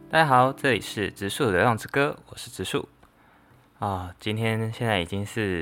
大家好，这里是植树流浪之歌，我是植树现在已经是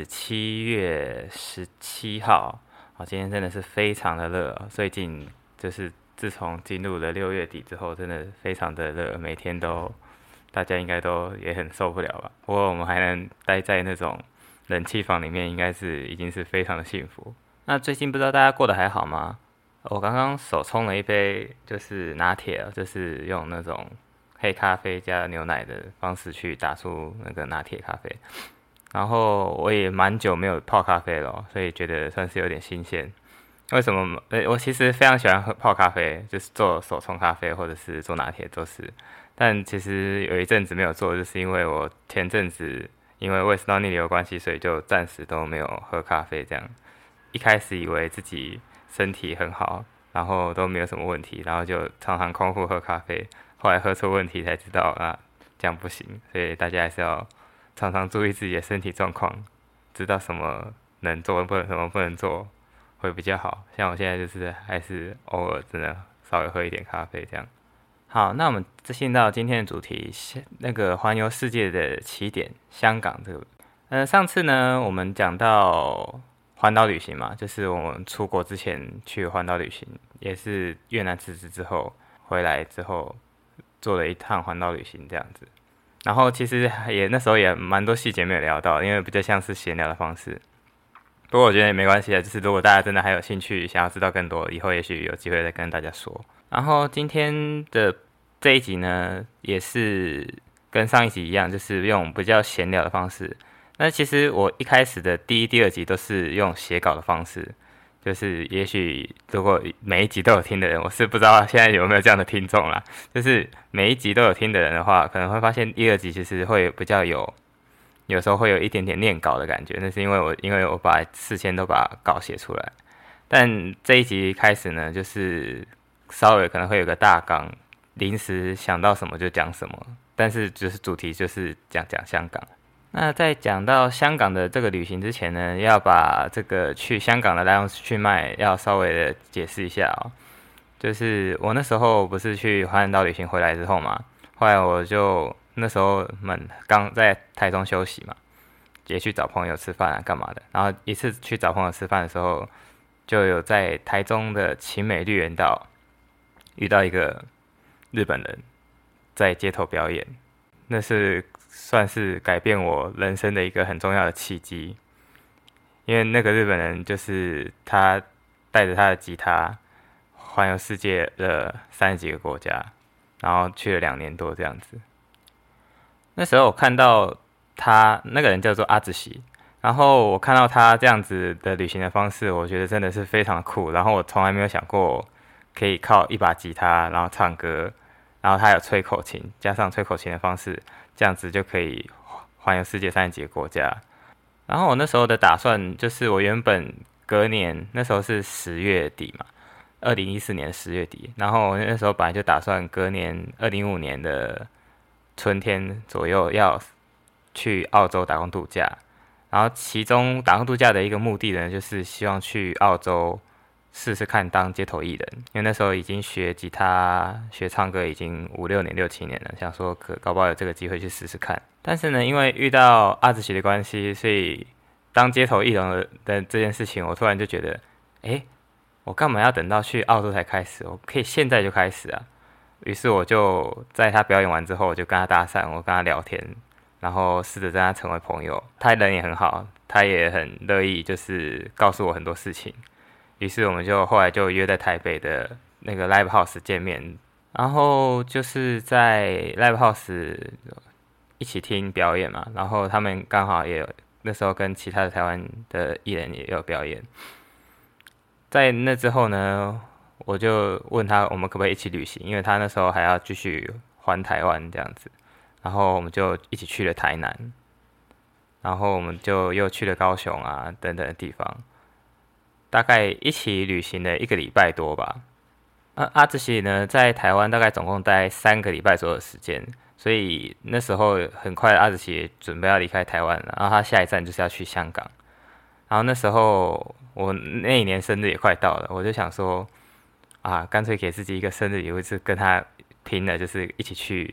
7月17号今天真的是非常的热最近就是自从进入了6月底之后，真的非常的热，每天都大家应该都也很受不了吧？不过我们还能待在那种冷气房里面，应该是已经是非常的幸福。那最近不知道大家过得还好吗？我刚刚手冲了一杯就是拿铁，就是用那种黑咖啡加牛奶的方式去打出那个拿铁咖啡。然后我也蛮久没有泡咖啡了所以觉得算是有点新鲜。为什么？我其实非常喜欢喝泡咖啡，就是做手冲咖啡或者是做拿铁都是。但其实有一阵子没有做，就是因为我前阵子因为胃食道逆流的关系，所以就暂时都没有喝咖啡这样。一开始以为自己身体很好，然后都没有什么问题，然后就常常空腹喝咖啡，后来喝出问题才知道这样不行，所以大家还是要常常注意自己的身体状况，知道什么能做，什么不能做，会比较好。像我现在就是还是偶尔真的稍微喝一点咖啡这样。好，那我们进到今天的主题，那个环游世界的起点，香港这个。上次呢，我们讲到环岛旅行嘛，就是我们出国之前去环岛旅行，也是越南辞职之后回来之后做了一趟环岛旅行这样子。然后其实那时候也蛮多细节没有聊到，因为比较像是闲聊的方式。不过我觉得也没关系啊，就是如果大家真的还有兴趣，想要知道更多，以后也许有机会再跟大家说。然后今天的这一集呢，也是跟上一集一样，就是用比较闲聊的方式。那其实我一开始的第一、第二集都是用写稿的方式，就是也许如果每一集都有听的人，我是不知道现在有没有这样的听众啦。就是每一集都有听的人的话，可能会发现第二集其实会比较有时候会有一点点念稿的感觉，那是因为我把事先都把稿写出来。但这一集开始呢，就是稍微可能会有个大纲，临时想到什么就讲什么，但是就是主题就是讲香港。那在讲到香港的这个旅行之前呢，要把这个去香港的来龙去脉要稍微的解释一下就是我那时候不是去花莲岛旅行回来之后嘛，后来我就那时候刚在台中休息嘛，也去找朋友吃饭干嘛的。然后一次去找朋友吃饭的时候，就有在台中的晴美绿园道遇到一个日本人在街头表演，那是算是改变我人生的一个很重要的契机。因为那个日本人就是他带着他的吉他环游世界了30几个国家，然后去了2年多这样子。那时候我看到他那个人叫做阿紫喜，然后我看到他这样子的旅行的方式，我觉得真的是非常酷。然后我从来没有想过可以靠一把吉他，然后唱歌，然后他有吹口琴，加上吹口琴的方式，这样子就可以环游世界30几个国家。然后我那时候的打算就是，我原本隔年那时候是10月底嘛，2014年10月底，然后我那时候本来就打算隔年2015年的春天左右要去澳洲打工度假。然后其中打工度假的一个目的呢，就是希望去澳洲试试看当街头艺人，因为那时候已经学吉他、学唱歌已经5、6年、6、7年了，想说搞不好有这个机会去试试看。但是呢，因为遇到阿紫喜的关系，所以当街头艺人的这件事情，我突然就觉得，诶，我干嘛要等到去澳洲才开始？我可以现在就开始啊！于是我就在他表演完之后，我就跟他搭讪，我跟他聊天，然后试着跟他成为朋友。他人也很好，他也很乐意，就是告诉我很多事情。于是我们就后来就约在台北的那个 Live House 见面，然后就是在 Live House 一起听表演嘛。然后他们刚好也有那时候跟其他的台湾的艺人也有表演。在那之后呢，我就问他我们可不可以一起旅行，因为他那时候还要继续环台湾这样子。然后我们就一起去了台南，然后我们就又去了高雄等等的地方，大概一起旅行了1个礼拜多吧。阿志喜呢，在台湾大概总共待3个礼拜左右的时间，所以那时候很快阿志喜准备要离开台湾了，然后他下一站就是要去香港。然后那时候我那一年生日也快到了，我就想说干脆给自己一个生日礼物，是跟他拼了，就是一起去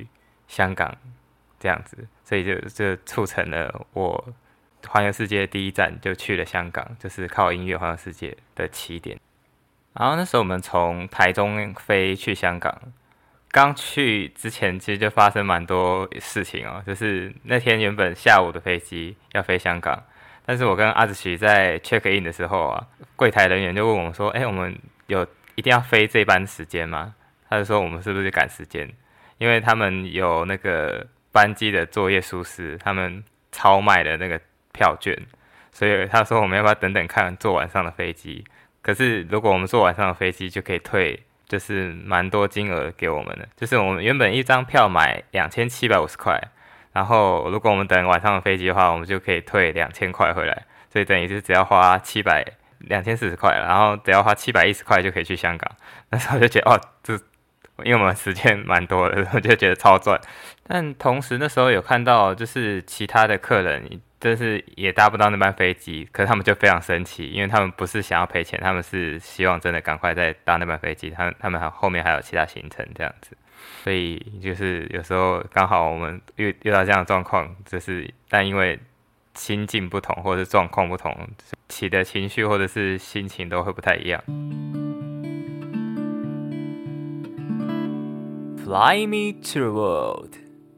香港这样子，所以就促成了我环游世界的第一站就去了香港，就是靠音乐环游世界的起点。然后那时候我们从台中飞去香港，刚去之前其实就发生蛮多事情哦，就是那天原本下午的飞机要飞香港，但是我跟阿子琪在 check in 的时候啊，柜台人员就问我们说：“哎，我们有一定要飞这班时间吗？”他就说我们是不是赶时间，因为他们有那个班机的作业疏失，他们超卖的那个票券，所以他说我们要不要等等看坐晚上的飞机？可是如果我们坐晚上的飞机，就可以退，就是蛮多金额给我们的。就是我们原本一张票买2750块，然后如果我们等晚上的飞机的话，我们就可以退2000块回来，所以等于是只要花2040块，然后只要花710块就可以去香港。那时候就觉得哦，因为我们时间蛮多的，我就觉得超赚。但同时那时候有看到，就是其他的客人，就是也搭不到那班飞机，可是他们就非常生气，因为他们不是想要赔钱，他们是希望真的赶快再搭那班飞机，他们后面还有其他行程这样子。所以就是有时候刚好我们遇到这样的状况，就是但因为心境不同或者是状况不同，起的情绪或者是心情都会不太一样。Fly me to the world。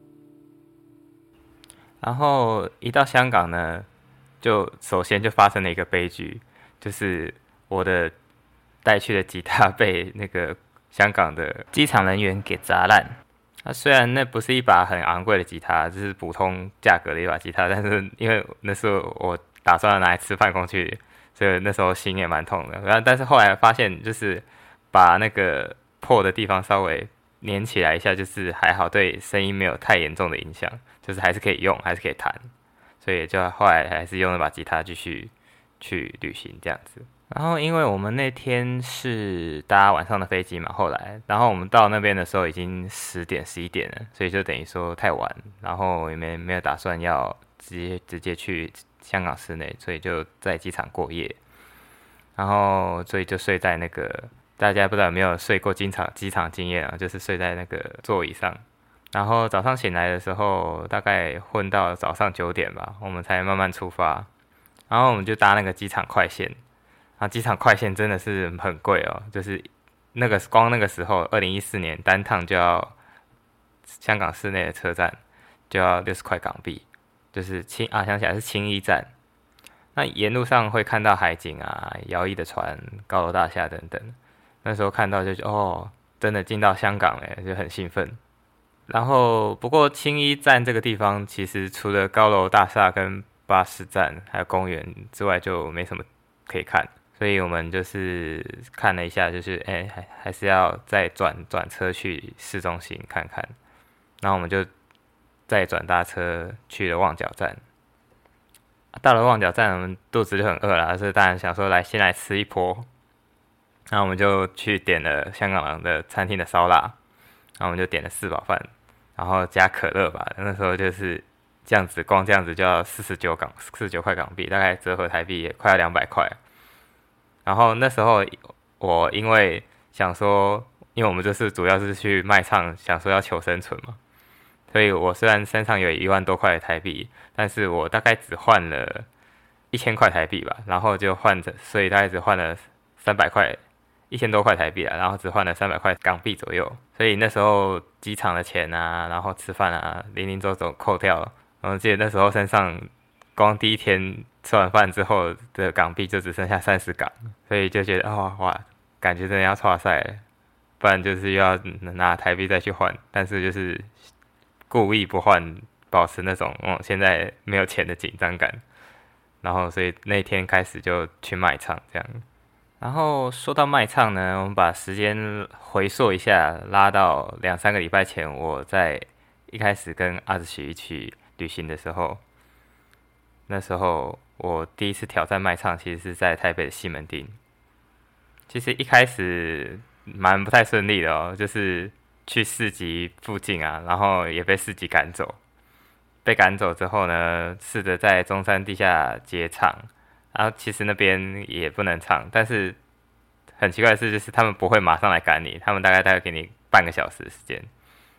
然后一到香港呢，就首先就发生了一个悲剧，就是我的带去的吉他被那个香港的机场人员给砸烂。虽然那不是一把很昂贵的吉他，就是普通价格的一把吉他，但是因为那是我打算拿来吃饭工具，所以那时候心也蛮痛的。但是后来发现，就是把那个破的地方稍微粘起来一下，就是还好，对声音没有太严重的影响，就是还是可以用，还是可以弹，所以就后来还是用那把吉他继续去旅行这样子。然后因为我们那天是搭晚上的飞机嘛，后来，然后我们到那边的时候已经10点11点了，所以就等于说太晚，然后也没有打算要直接去香港市内，所以就在机场过夜，然后所以就睡在那个。大家不知道有没有睡过机场经验啊？就是睡在那个座椅上，然后早上醒来的时候，大概混到早上9点吧，我们才慢慢出发。然后我们就搭那个机场快线，啊，机场快线真的是很贵哦，就是光那个时候，2014年单趟就要香港市内的车站就要60块港币，就是想起来是青衣站。那沿路上会看到海景啊、摇曳的船、高楼大厦等等。那时候看到就觉得哦，真的进到香港了，就很兴奋。然后不过青衣站这个地方，其实除了高楼大厦跟巴士站还有公园之外，就没什么可以看。所以我们就是看了一下，就是还是要再转车去市中心看看。然后我们就再转搭车去了旺角站。到了旺角站，我们肚子就很饿了，所以当然想说先来吃一波。然后我们就去点了香港的餐厅的烧腊，然后我们就点了4宝饭，然后加可乐吧。那时候就是这样子，光这样子就要49块港币，大概折合台币也快要200块。然后那时候我因为想说，因为我们就是主要是去卖唱，想说要求生存嘛，所以我虽然身上有1万多块的台币，但是我大概只换了1000块台币吧，然后就所以大概只换了300块。1000多块台币啊，然后只换了300块港币左右，所以那时候机场的钱啊，然后吃饭啊，零零总总扣掉了，然后记得那时候身上光第一天吃完饭之后的港币就只剩下30港，所以就觉得哇，感觉真的要挫赛了，不然就是又要拿台币再去换，但是就是故意不换，保持那种现在没有钱的紧张感，然后所以那天开始就去卖唱这样。然后说到卖唱呢，我们把时间回溯一下，拉到2、3个礼拜前，我在一开始跟阿子许一起旅行的时候，那时候我第一次挑战卖唱，其实是在台北的西门町。其实一开始蛮不太顺利的哦，就是去市集附近啊，然后也被市集赶走。被赶走之后呢，试着在中山地下街唱。然后其实那边也不能唱，但是很奇怪的是，就是他们不会马上来赶你，他们大概给你半个小时的时间，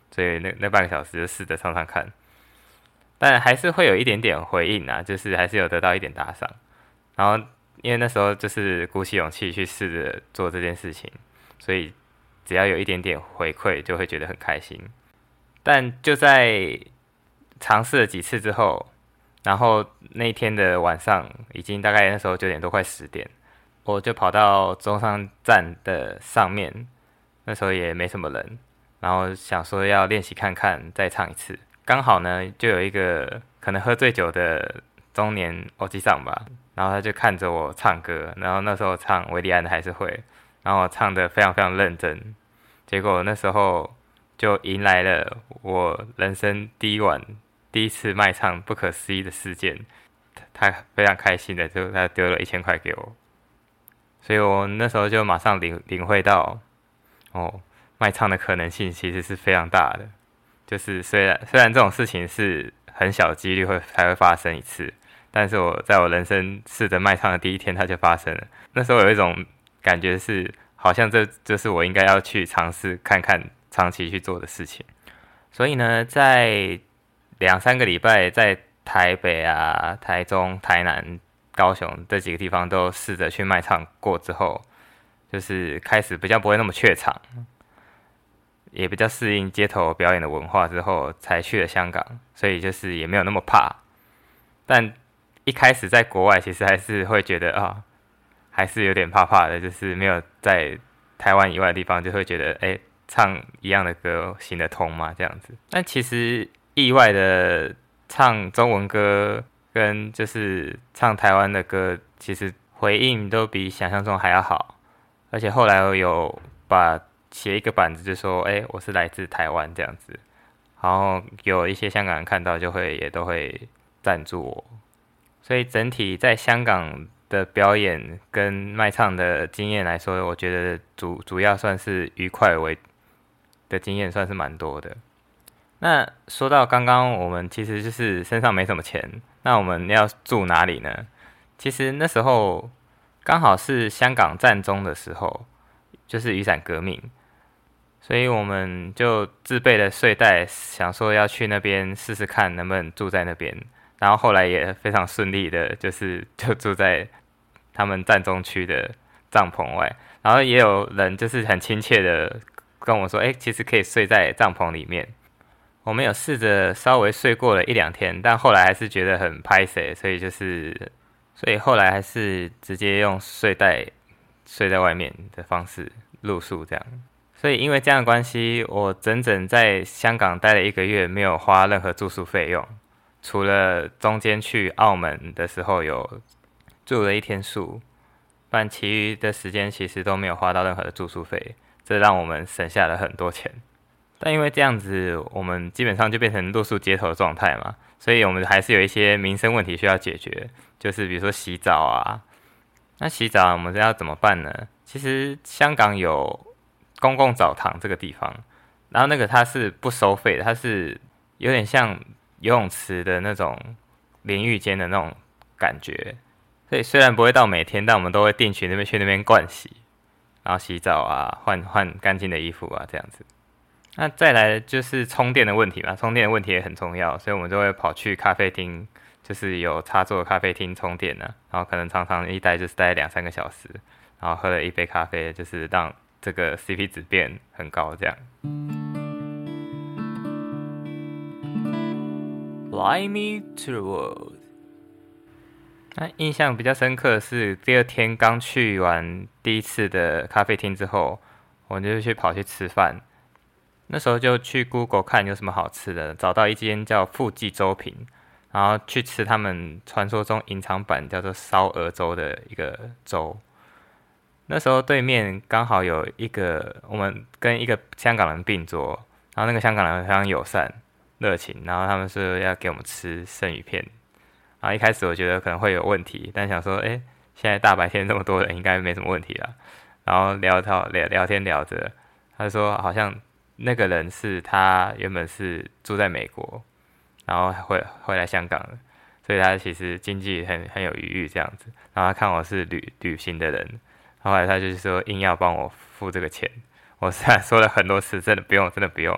所以那半个小时就试着唱唱看，但还是会有一点点回应啊，就是还是有得到一点打赏。然后因为那时候就是鼓起勇气去试着做这件事情，所以只要有一点点回馈，就会觉得很开心。但就在尝试了几次之后，然后那一天的晚上已经大概那时候9点多快10点，我就跑到中山站的上面，那时候也没什么人，然后想说要练习看看，再唱一次。刚好呢，就有一个可能喝醉酒的中年欧吉桑吧，然后他就看着我唱歌，然后那时候唱维利安的还是会，然后我唱得非常非常认真，结果那时候就迎来了我人生第一次卖唱不可思议的事件，他非常开心的就他丢了1000块给我，所以我那时候就马上领会到，哦，卖唱的可能性其实是非常大的，就是虽然这种事情是很小几率才会发生一次，但是我在我人生试着卖唱的第一天它就发生了，那时候有一种感觉是好像这就是我应该要去尝试看看长期去做的事情，所以呢，在2、3个礼拜在台北啊、台中、台南、高雄这几个地方都试着去卖唱过之后，就是开始比较不会那么怯场，也比较适应街头表演的文化之后，才去了香港，所以就是也没有那么怕。但一开始在国外，其实还是会觉得啊，还是有点怕怕的，就是没有在台湾以外的地方，就会觉得唱一样的歌行得通吗？这样子。但其实意外的唱中文歌跟就是唱台湾的歌，其实回应都比想象中还要好。而且后来我有写一个板子，就说我是来自台湾这样子。然后有一些香港人看到，也都会赞助我。所以整体在香港的表演跟卖唱的经验来说，我觉得主要算是愉快的经验算是蛮多的。那说到刚刚我们其实就是身上没什么钱，那我们要住哪里呢？其实那时候刚好是香港战中的时候，就是雨伞革命，所以我们就自备了睡袋，想说要去那边试试看能不能住在那边。然后后来也非常顺利的，就住在他们战中区的帐篷外。然后也有人就是很亲切的跟我说，其实可以睡在帐篷里面。我们有试着稍微睡过了1、2天，但后来还是觉得很拍摄，所以后来还是直接用睡袋睡在外面的方式露宿这样。所以因为这样的关系，我整整在香港待了1个月，没有花任何住宿费用，除了中间去澳门的时候有住了1天宿，不然其余的时间其实都没有花到任何的住宿费，这让我们省下了很多钱。但因为这样子，我们基本上就变成露宿街头的状态嘛，所以我们还是有一些民生问题需要解决，就是比如说洗澡啊。那洗澡我们要怎么办呢？其实香港有公共澡堂这个地方，然后那个它是不收费的，它是有点像游泳池的那种淋浴间的那种感觉，所以虽然不会到每天，但我们都会定期去那边盥洗，然后洗澡啊，换干净的衣服啊，这样子。那再来就是充电的问题嘛，充电的问题也很重要，所以我们就会跑去咖啡厅，就是有插座的咖啡厅充电啊，然后可能常常一待就是待2、3个小时，然后喝了一杯咖啡，就是让这个 CP 值变很高这样。Fly me to the world。那印象比较深刻的是第2天刚去完第一次的咖啡厅之后，我就跑去吃饭。那时候就去 Google 看有什么好吃的，找到一间叫富记粥品，然后去吃他们传说中隐藏版叫做烧鹅粥的一个粥。那时候对面刚好有我们跟一个香港人并桌，然后那个香港人非常友善热情，然后他们说要给我们吃生鱼片。然后一开始我觉得可能会有问题，但想说现在大白天这么多人应该没什么问题啦。然后聊天聊着，他说好像那个人是他原本是住在美国，然后回来香港的，所以他其实经济很有余裕这样子。然后他看我是旅行的人，后来他就是说硬要帮我付这个钱。我虽然说了很多次真的不用，真的不用，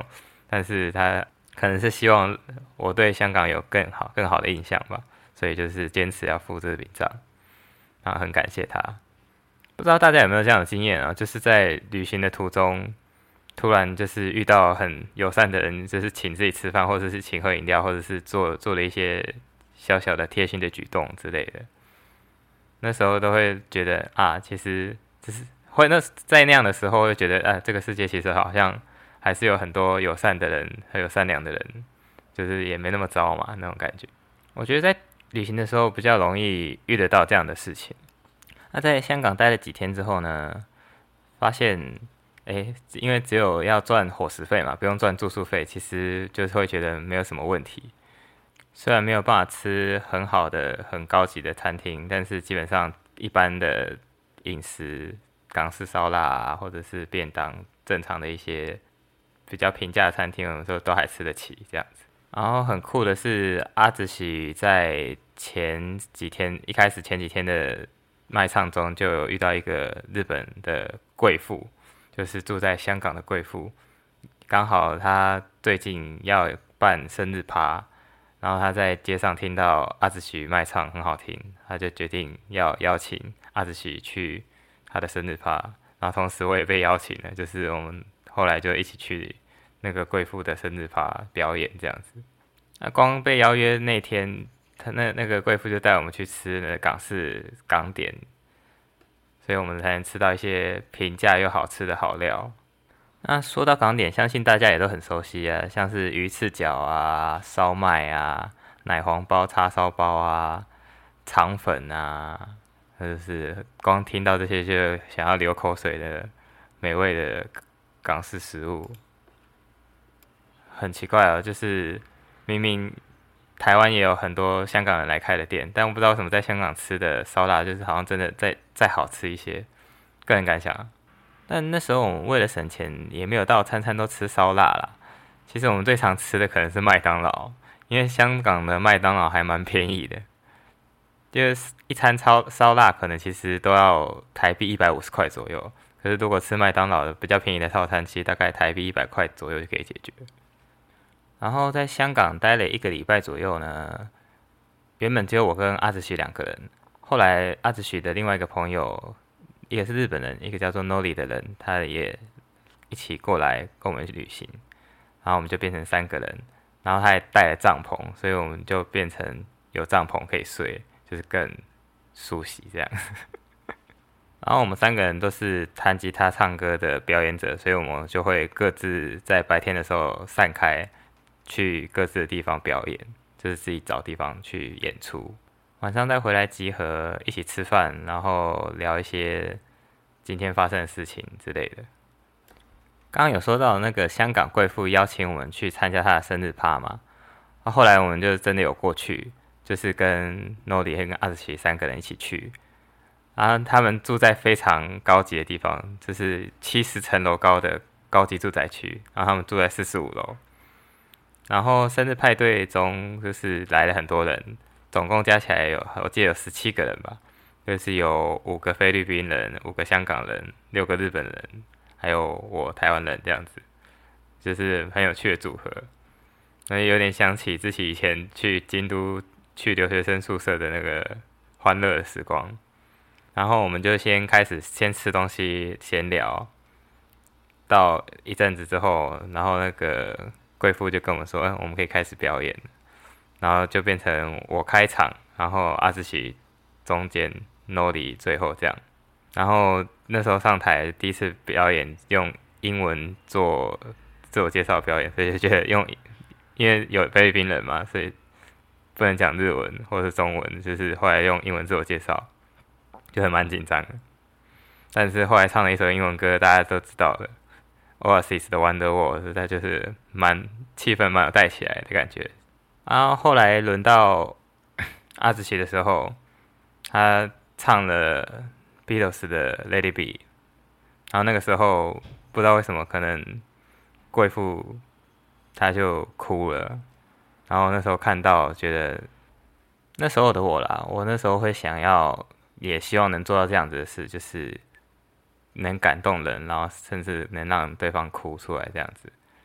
但是他可能是希望我对香港有更好的印象吧，所以就是坚持要付这笔账，然后很感谢他。不知道大家有没有这样的经验啊？就是在旅行的途中，突然就是遇到很友善的人，就是请自己吃饭，或者是请喝饮料，或者是做了一些小小的贴心的举动之类的。那时候都会觉得啊，其实就是会在那样的时候会觉得，这个世界其实好像还是有很多友善的人，还有善良的人，就是也没那么糟嘛那种感觉。我觉得在旅行的时候比较容易遇得到这样的事情。那在香港待了几天之后呢，发现，因为只有要赚伙食费嘛，不用赚住宿费，其实就是会觉得没有什么问题。虽然没有办法吃很好的、很高级的餐厅，但是基本上一般的饮食，港式烧腊啊，或者是便当，正常的一些比较平价的餐厅，我们都还吃得起这样子。然后很酷的是，阿紫喜在一开始前几天的卖唱中，就有遇到一个日本的贵妇，就是住在香港的贵妇，刚好她最近要办生日趴，然后他在街上听到阿紫许卖唱很好听，他就决定要邀请阿紫许去他的生日趴，然后同时我也被邀请了，就是我们后来就一起去那个贵妇的生日趴表演这样子。那光被邀约那天，他那个贵妇就带我们去吃那个港式港点，所以我们才能吃到一些平价又好吃的好料。那说到港点，相信大家也都很熟悉啊，像是鱼翅饺啊、烧麦啊、奶黄包、叉烧包啊、肠粉啊，就是光听到这些就想要流口水的美味的港式食物。很奇怪哦，就是明明台湾也有很多香港人来开的店，但我不知道为什么在香港吃的烧腊就是好像真的再好吃一些，个人感想啊。但那时候我们为了省钱，也没有到餐餐都吃烧腊啦。其实我们最常吃的可能是麦当劳，因为香港的麦当劳还蛮便宜的，就是一餐烧腊可能其实都要台币150块左右。可是如果吃麦当劳的比较便宜的套餐，其实大概台币100块左右就可以解决。然后在香港待了1个礼拜左右呢，原本只有我跟阿紫许2个人，后来阿紫许的另外一个朋友，一个是日本人，一个叫做 Noli 的人，他也一起过来跟我们去旅行，然后我们就变成3个人，然后他也带了帐篷，所以我们就变成有帐篷可以睡，就是更舒适这样。然后我们3个人都是弹吉他、唱歌的表演者，所以我们就会各自在白天的时候散开，去各自的地方表演，就是自己找地方去演出。晚上再回来集合，一起吃饭，然后聊一些今天发生的事情之类的。刚刚有说到那个香港贵妇邀请我们去参加她的生日趴嘛，后来我们就真的有过去，就是跟 Noli 和跟阿紫奇3个人一起去。然后他们住在非常高级的地方，就是70层楼高的高级住宅区，然后他们住在45楼。然后生日派对中就是来了很多人，总共加起来我记得有17个人吧，就是有5个菲律宾人、5个香港人、6个日本人，还有我台湾人这样子，就是很有趣的组合。那有点想起自己以前去京都去留学生宿舍的那个欢乐的时光。然后我们就开始先吃东西闲聊，到一阵子之后，然后那个贵妇就跟我们说，我们可以开始表演，然后就变成我开场，然后阿紫喜中间 ，Noli 最后这样。然后那时候上台第一次表演，用英文做自我介绍表演，所以就觉得因为有菲律宾人嘛，所以不能讲日文或是中文，就是后来用英文自我介绍，就很蛮紧张的。但是后来唱了一首英文歌，大家都知道了，Oasis 的 Wonderwall， 实在就是气氛蛮有带起来的感觉。然后后来轮到阿紫奇的时候，他唱了 Beatles 的 Let It Be， 然后那个时候不知道为什么，可能贵妇她就哭了，然后那时候看到觉得那时候的我啦，我那时候会想要也希望能做到这样子的事，就是能感动人，然后甚至能让对方哭出来这样子。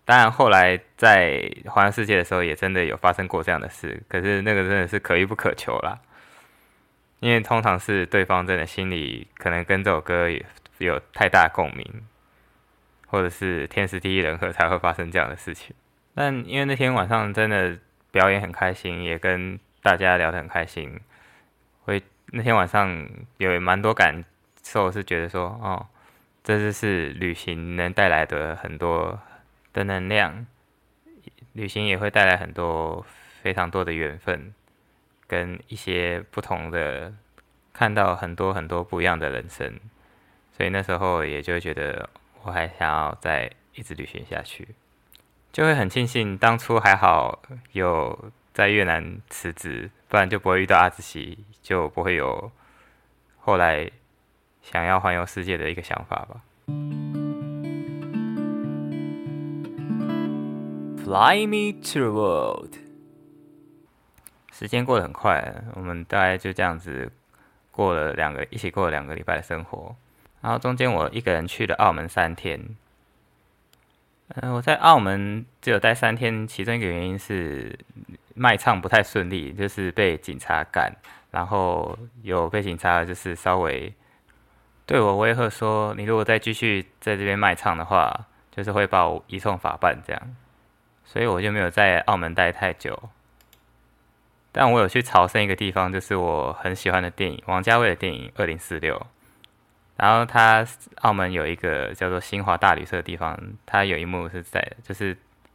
当然后来在环游世界的时候，也真的有发生过这样的事，可是那个真的是可遇不可求啦。因为通常是对方真的心里可能跟这首歌有太大共鸣，或者是天时地利人和才会发生这样的事情。但因为那天晚上真的表演很开心，也跟大家聊得很开心，那天晚上有蛮多感受，是觉得说，哦，这就是旅行能带来的很多的能量，旅行也会带来很多非常多的缘分，跟一些不同的，看到很多很多不一样的人生，所以那时候也就会觉得我还想要再一直旅行下去，就会很庆幸当初还好有在越南辞职，不然就不会遇到阿兹西，就不会有后来想要环游世界的一个想法吧。Fly me to the world。时间过得很快，我们大概就这样子一起过了2个礼拜的生活。然后中间我一个人去了澳门3天。我在澳门只有待3天，其中一个原因是卖唱不太顺利，就是被警察赶，然后有被警察就是稍微对我威吓说，你如果再继续在这边卖唱的话，就是会把我移送法办这样。所以我就没有在澳门待太久。但我有去朝圣一个地方，就是我很喜欢的电影，王家卫的电影《2046》。然后澳门有一个叫做新华大旅社的地方，它有一幕是就是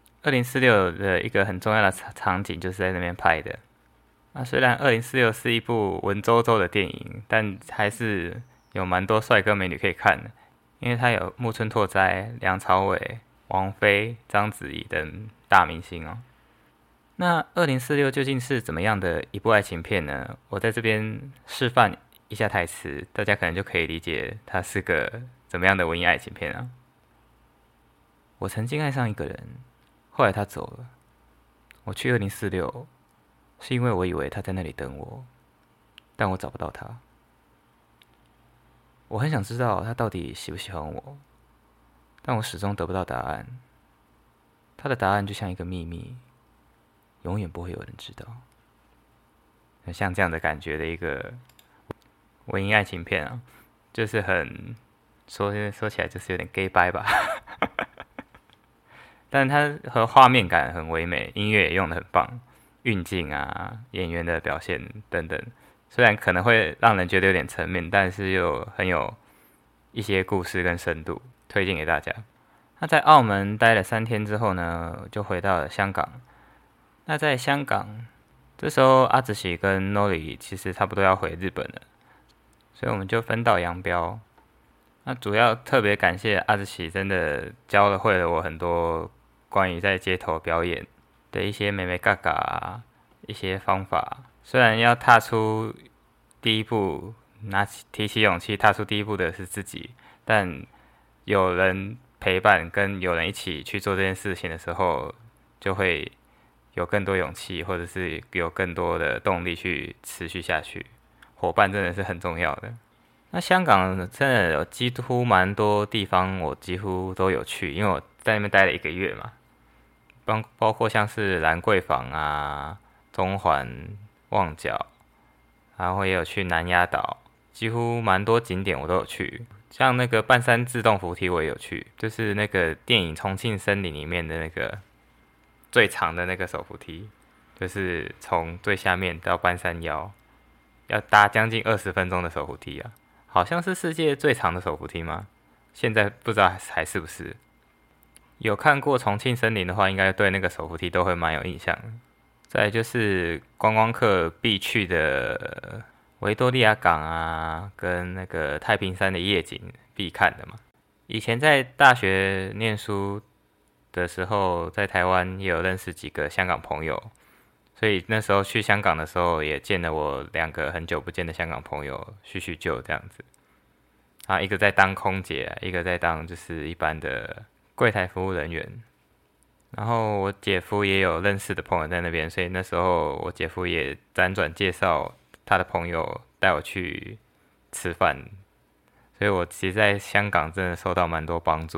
《2046》的一个很重要的场景，就是在那边拍的。虽然《2046》是一部文绉绉的电影，但还是有蛮多帅哥美女可以看的，因为它有木村拓哉、梁朝伟、王菲、章子怡等大明星哦。那《2046》究竟是怎么样的一部爱情片呢？我在这边示范一下台词，大家可能就可以理解它是个怎么样的文艺爱情片啊。我曾经爱上一个人，后来他走了。我去2046，是因为我以为他在那里等我，但我找不到他。我很想知道他到底喜不喜欢我，但我始终得不到答案。他的答案就像一个秘密，永远不会有人知道。像这样的感觉的一个文艺爱情片啊，就是说起来就是有点 gay 掰吧，但它和画面感很唯美，音乐也用得很棒，运镜啊、演员的表现等等，虽然可能会让人觉得有点沉闷，但是又很有一些故事跟深度，推荐给大家。那在澳门待了3天之后呢，就回到了香港。那在香港，这时候阿紫喜跟 Nori 其实差不多要回日本了，所以我们就分道扬镳。那主要特别感谢阿紫喜，真的会了我很多关于在街头表演的一些美美嘎嘎一些方法。虽然要踏出第一步，提起勇气踏出第一步的是自己，但有人陪伴跟有人一起去做这件事情的时候，就会有更多勇气，或者是有更多的动力去持续下去。伙伴真的是很重要的。那香港真的有几乎蛮多地方我几乎都有去，因为我在那边待了1个月嘛，包括像是兰桂坊啊、中环、旺角，然后也有去南丫岛，几乎蛮多景点我都有去。像那个半山自动扶梯我也有去，就是那个电影《重庆森林》里面的那个最长的那个手扶梯，就是从最下面到半山腰，要搭将近20分钟的手扶梯啊，好像是世界最长的手扶梯吗？现在不知道还是不是。有看过重庆森林的话，应该对那个手扶梯都会蛮有印象的。再来就是观光客必去的维多利亚港啊，跟那个太平山的夜景必看的嘛。以前在大学念书的时候，在台湾也有认识几个香港朋友，所以那时候去香港的时候，也见了我2个很久不见的香港朋友，叙叙旧这样子。一个在当空姐，一个在当就是一般的柜台服务人员。然后我姐夫也有认识的朋友在那边，所以那时候我姐夫也辗转介绍他的朋友带我去吃饭，所以我其实在香港真的受到蛮多帮助。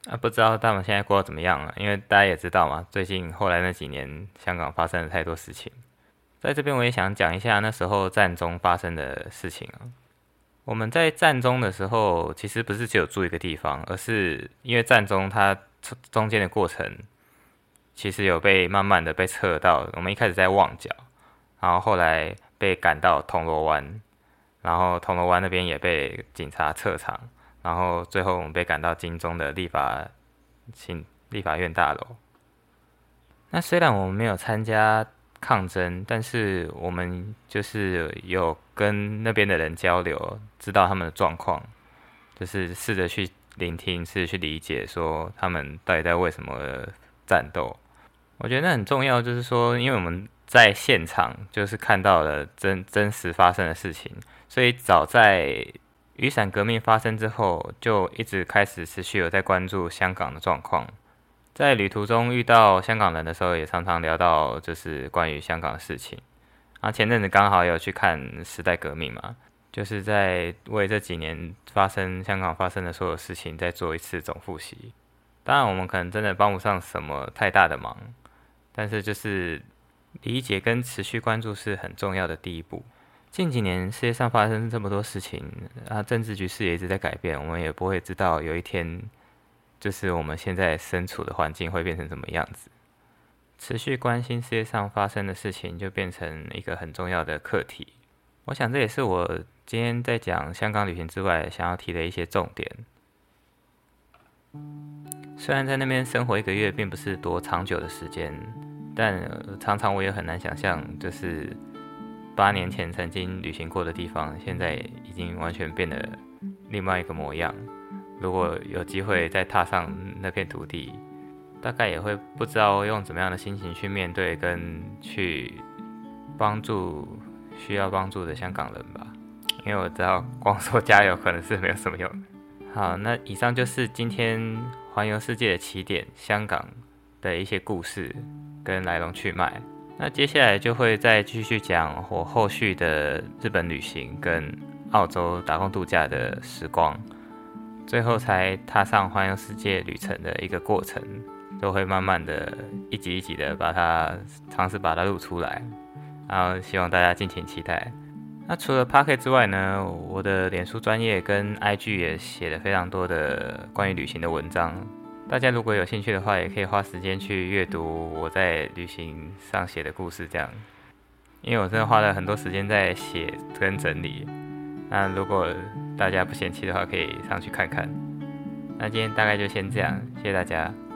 不知道他们现在过得怎么样了，因为大家也知道嘛，最近后来那几年香港发生了太多事情。在这边我也想讲一下那时候战中发生的事情啊。我们在战中的时候，其实不是只有住一个地方，而是因为战中它中间的过程，其实有被慢慢的被撤到，我们一开始在旺角，然后后来被赶到铜锣湾，然后铜锣湾那边也被警察撤场，然后最后我们被赶到金钟的立法院大楼。那虽然我们没有参加抗争，但是我们就是有跟那边的人交流，知道他们的状况，就是试着去聆听，试着去理解，说他们到底在为什么战斗。我觉得那很重要，就是说，因为我们在现场就是看到了真实发生的事情，所以早在雨伞革命发生之后，就一直开始持续有在关注香港的状况。在旅途中遇到香港人的时候，也常常聊到就是关于香港的事情。前阵子刚好有去看时代革命嘛，就是在为这几年香港发生的所有事情再做一次总复习。当然，我们可能真的帮不上什么太大的忙，但是就是理解跟持续关注是很重要的第一步。近几年世界上发生这么多事情，政治局势也一直在改变，我们也不会知道有一天就是我们现在身处的环境会变成什么样子。持续关心世界上发生的事情，就变成一个很重要的课题。我想这也是我今天在讲香港旅行之外想要提的一些重点。虽然在那边生活1个月并不是多长久的时间，但常常我也很难想象，就是8年前曾经旅行过的地方，现在已经完全变得另外一个模样。如果有机会再踏上那片土地，大概也会不知道用怎么样的心情去面对跟去帮助需要帮助的香港人吧。因为我知道光说加油可能是没有什么用的。好，那以上就是今天环游世界的起点香港的一些故事跟来龙去脉。那接下来就会再继续讲我后续的日本旅行跟澳洲打工度假的时光，最后才踏上环游世界旅程的一个过程，都会慢慢的一集一集的尝试把它录出来，然后希望大家敬请期待。那除了 Pocket 之外呢，我的脸书专页跟 IG 也写了非常多的关于旅行的文章，大家如果有兴趣的话，也可以花时间去阅读我在旅行上写的故事这样，因为我真的花了很多时间在写跟整理。那如果大家不嫌弃的话，可以上去看看。那今天大概就先这样，谢谢大家。